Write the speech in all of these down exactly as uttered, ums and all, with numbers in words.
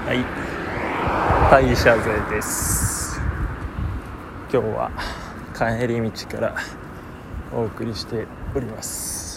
はい、代謝税です。今日は帰り道からお送りしております。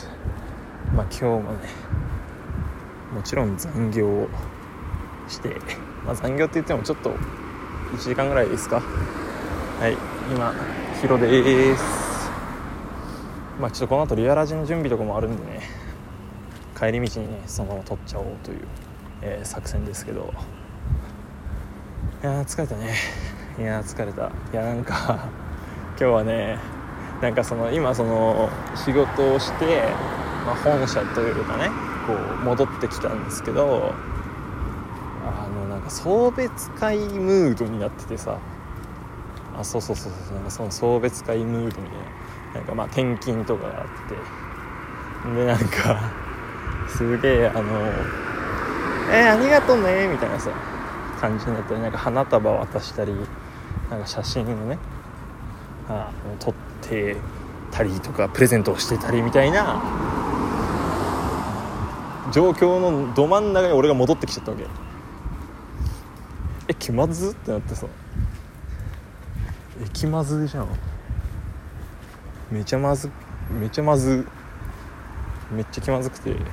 まあ今日もね、もちろん残業をして、まあ、残業って言ってもちょっといちじかんぐらいですか。はい、今広です。まあちょっとこの後リアラジの準備とかもあるんでね、帰り道にねそのまま撮っちゃおうという、えー、作戦ですけど、いやー疲れたね。いやー疲れた。いやなんか今日はね、なんかその今その仕事をして、まあ、本社というかねこう戻ってきたんですけど、あのなんか送別会ムードになっててさ、あそうそうそうそうなんかその送別会ムードにね、なんかまあ転勤とかがあってでなんかすげえあのえー、ありがとうねみたいなさ感じになったり、なんか花束渡したり、なんか写真をねあ撮ってたりとかプレゼントをしてたりみたいな状況のど真ん中に俺が戻ってきちゃったわけ。え気まずってなってさ、え気まずいじゃん。めちゃまずめちゃまずめっちゃ気まずくて、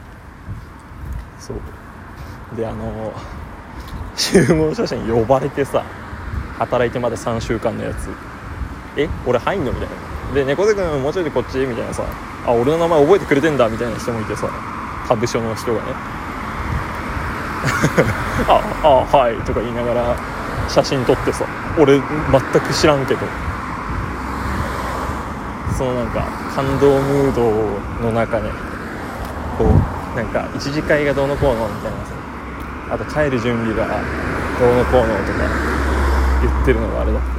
そうであの集合写真呼ばれてさ、働いてまださんしゅうかんのやつ、え俺入んのみたいなで、猫背くんもうちょいでこっちみたいなさ、あ俺の名前覚えてくれてんだみたいな人もいてさ、他部署の人がねああはいとか言いながら写真撮ってさ、俺全く知らんけど、そのなんか感動ムードの中ね、こうなんか一次会がどうのこうのみたいなさ、あと帰る準備がどうのこうのとか言ってるのがあれだったね、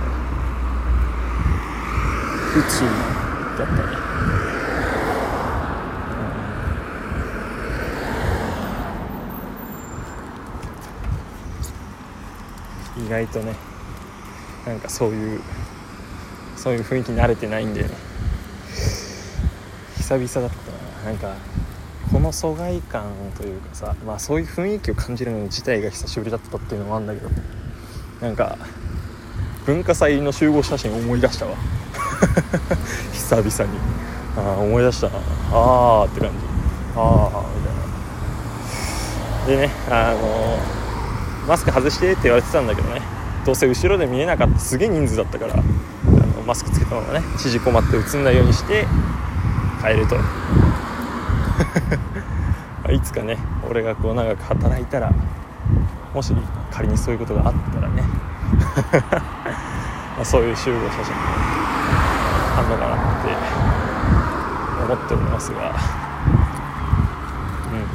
うちだったね、うん、意外とねなんかそういうそういう雰囲気慣れてないんでね、久々だったな。なんかこの疎外感というかさ、まあそういう雰囲気を感じるの自体が久しぶりだったっていうのもあるんだけど、なんか文化祭の集合写真思い出したわ久々にあ思い出したなあーって感じ、あーみたいなでね、あのマスク外してって言われてたんだけどね、どうせ後ろで見えなかった、すげえ人数だったから、あのマスクつけたままね縮こまって映んないようにして帰るといつかね俺がこう長く働いたら、もし仮にそういうことがあったらねまあそういう集合写真あんのかなって思っておりますが、うん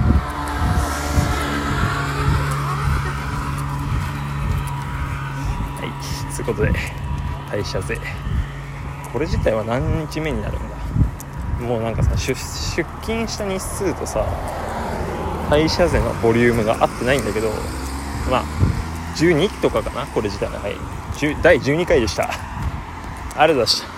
はいということで代謝税、これ自体は何日目になるんだ。もうなんかさ 出, 出勤した日数とさ代謝税のボリュームが合ってないんだけど、まあじゅうにとかかなこれ自体は。はいだいじゅうにかいでした。ありがとうございました。